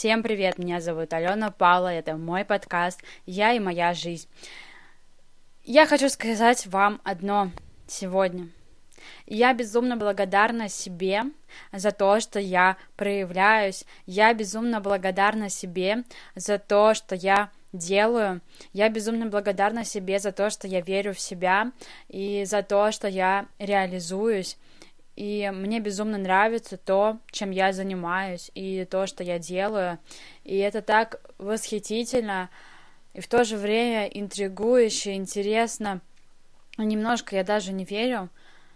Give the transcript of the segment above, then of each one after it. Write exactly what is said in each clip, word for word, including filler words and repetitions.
Всем привет, меня зовут Алена Павла, это мой подкаст «Я и моя жизнь». Я хочу сказать вам одно сегодня. Я безумно благодарна себе за то, что я проявляюсь. Я безумно благодарна себе за то, что я делаю. Я безумно благодарна себе за то, что я верю в себя и за то, что я реализуюсь. И мне безумно нравится то, чем я занимаюсь, и то, что я делаю. И это так восхитительно, и в то же время интригующе, интересно. Немножко я даже не верю,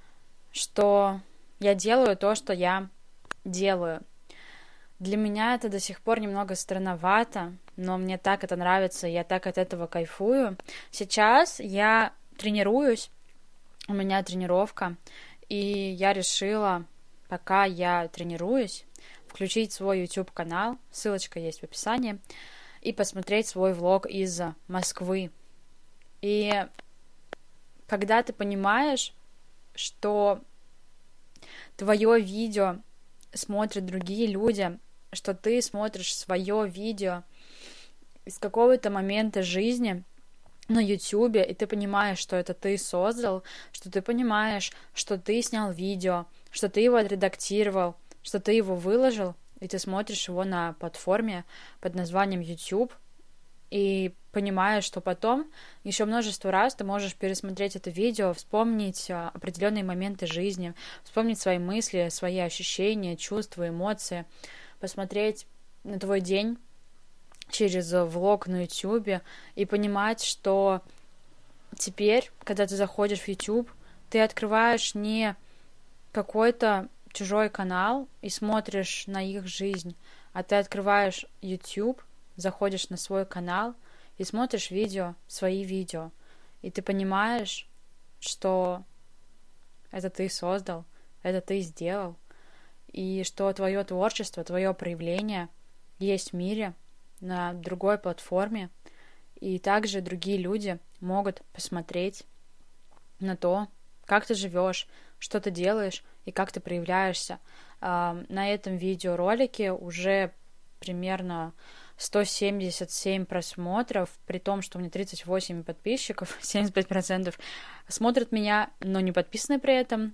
что я делаю то, что я делаю. Для меня это до сих пор немного странновато, но мне так это нравится, я так от этого кайфую. Сейчас я тренируюсь, у меня тренировка, и я решила, пока я тренируюсь, включить свой YouTube-канал, ссылочка есть в описании, и посмотреть свой влог из Москвы. И когда ты понимаешь, что твое видео смотрят другие люди, что ты смотришь свое видео из какого-то момента жизни на Ютубе, и ты понимаешь, что это ты создал, что ты понимаешь, что ты снял видео, что ты его отредактировал, что ты его выложил, и ты смотришь его на платформе под названием YouTube, и понимаешь, что потом еще множество раз ты можешь пересмотреть это видео, вспомнить определенные моменты жизни, вспомнить свои мысли, свои ощущения, чувства, эмоции, посмотреть на твой день через влог на YouTube и понимать, что теперь, когда ты заходишь в YouTube, ты открываешь не какой-то чужой канал и смотришь на их жизнь, а ты открываешь YouTube, заходишь на свой канал и смотришь видео, свои видео, и ты понимаешь, что это ты создал, это ты сделал, и что твое творчество, твое проявление есть в мире, на другой платформе, и также другие люди могут посмотреть на то, как ты живешь, что ты делаешь и как ты проявляешься. На этом видеоролике уже примерно сто семьдесят семь просмотров, при том, что у меня тридцать восемь подписчиков, семьдесят пять процентов смотрят меня, но не подписаны при этом.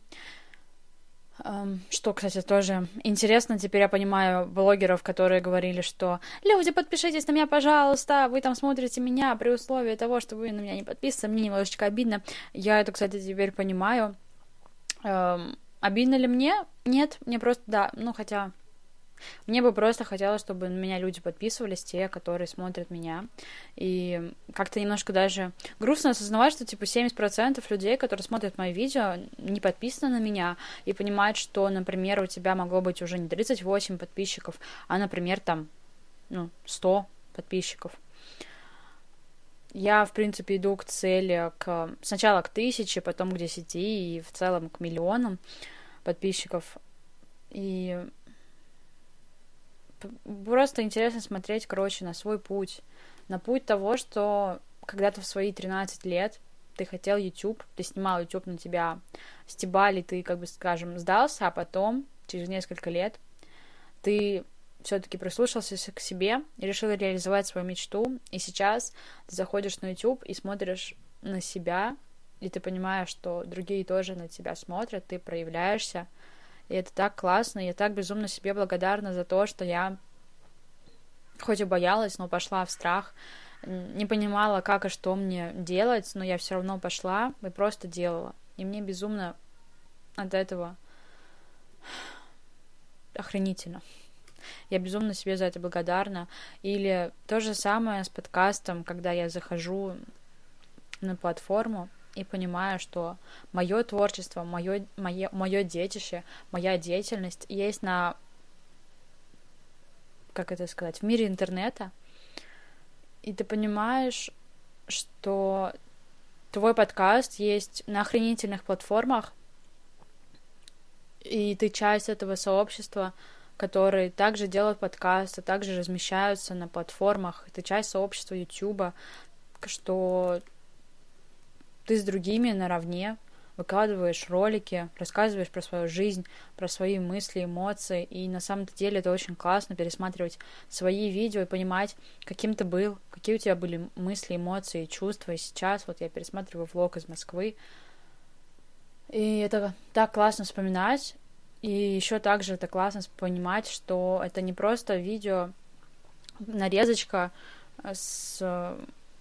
Что, кстати, тоже интересно, теперь я понимаю блогеров, которые говорили, что люди, подпишитесь на меня, пожалуйста, вы там смотрите меня при условии того, что вы на меня не подписаны, мне немножечко обидно. Я это, кстати, теперь понимаю. Эм, обидно ли мне? Нет, мне просто, да, ну, хотя... Мне бы просто хотелось, чтобы на меня люди подписывались, те, которые смотрят меня. И как-то немножко даже грустно осознавать, что типа семьдесят процентов людей, которые смотрят мои видео, не подписаны на меня и понимают, что, например, у тебя могло быть уже не тридцать восемь подписчиков, а, например, там, ну, сто подписчиков. Я, в принципе, иду к цели к... сначала к тысяче, потом к десяти и в целом к миллионам подписчиков. И... Просто интересно смотреть, короче, на свой путь. На путь того, что когда-то в свои тринадцать лет ты хотел YouTube, ты снимал YouTube, на тебя стебали, ты, как бы, скажем, сдался, а потом, через несколько лет, ты все-таки прислушался к себе и решил реализовать свою мечту. И сейчас ты заходишь на YouTube и смотришь на себя, и ты понимаешь, что другие тоже на тебя смотрят, ты проявляешься. И это так классно, я так безумно себе благодарна за то, что я хоть и боялась, но пошла в страх, не понимала, как и что мне делать, но я все равно пошла и просто делала. И мне безумно от этого охренительно. Я безумно себе за это благодарна. Или то же самое с подкастом, когда я захожу на платформу и понимаю, что мое творчество, мое, мое, мое детище, моя деятельность есть на, как это сказать, в мире интернета. И ты понимаешь, что твой подкаст есть на охренительных платформах, и ты часть этого сообщества, которые также делают подкасты, также размещаются на платформах. Ты часть сообщества Ютуба, что ты с другими наравне, выкладываешь ролики, рассказываешь про свою жизнь, про свои мысли, эмоции, и на самом-то деле это очень классно пересматривать свои видео и понимать, каким ты был, какие у тебя были мысли, эмоции, чувства, и сейчас вот я пересматриваю влог из Москвы, и это так классно вспоминать, и еще также это классно понимать, что это не просто видео, нарезочка с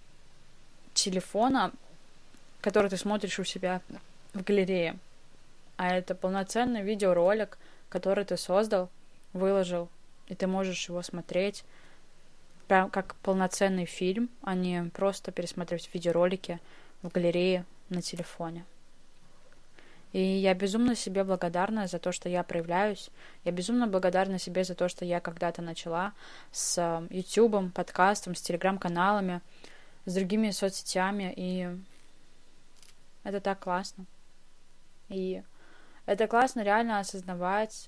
телефона, который ты смотришь у себя в галерее, а это полноценный видеоролик, который ты создал, выложил, и ты можешь его смотреть прям как полноценный фильм, а не просто пересматривать видеоролики в галерее на телефоне. И я безумно себе благодарна за то, что я проявляюсь. Я безумно благодарна себе за то, что я когда-то начала с ютубом, подкастом, с телеграм-каналами, с другими соцсетями. И это так классно. И это классно реально осознавать,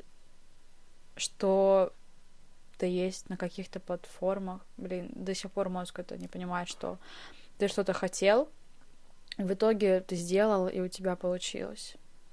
что ты есть на каких-то платформах. Блин, до сих пор мозг это не понимает, что ты что-то хотел, и в итоге ты сделал, и у тебя получилось.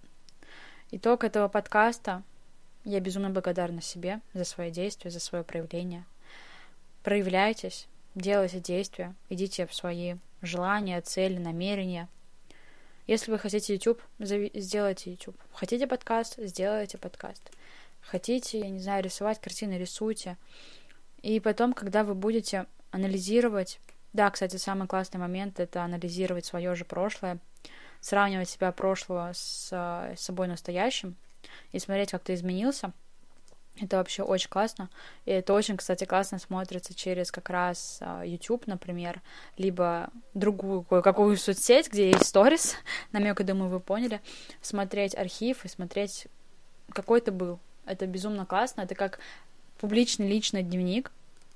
Итог этого подкаста. Я безумно благодарна себе за свои действия, за свое проявление. Проявляйтесь, делайте действия, идите в свои желания, цели, намерения. Если вы хотите YouTube, сделайте YouTube. Хотите подкаст, сделайте подкаст. Хотите, я не знаю, рисовать картины, рисуйте. И потом, когда вы будете анализировать... Да, кстати, самый классный момент — это анализировать свое же прошлое, сравнивать себя прошлого с, с собой настоящим и смотреть, как ты изменился. Это вообще очень классно. И это очень, кстати, классно смотрится через как раз YouTube, например, либо другую кое-какую соцсеть, где есть сторис, намек, я думаю, вы поняли. Смотреть архив и смотреть, какой ты был. Это безумно классно. Это как публичный личный дневник.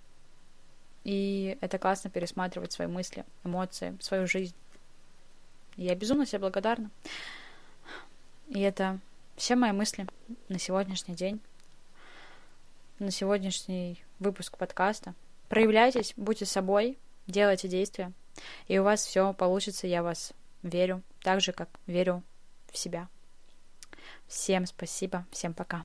И это классно пересматривать свои мысли, эмоции, свою жизнь. Я безумно себе благодарна. И это все мои мысли на сегодняшний день, на сегодняшний выпуск подкаста. Проявляйтесь, будьте собой, делайте действия, и у вас все получится, я вас верю, так же, как верю в себя. Всем спасибо, всем пока.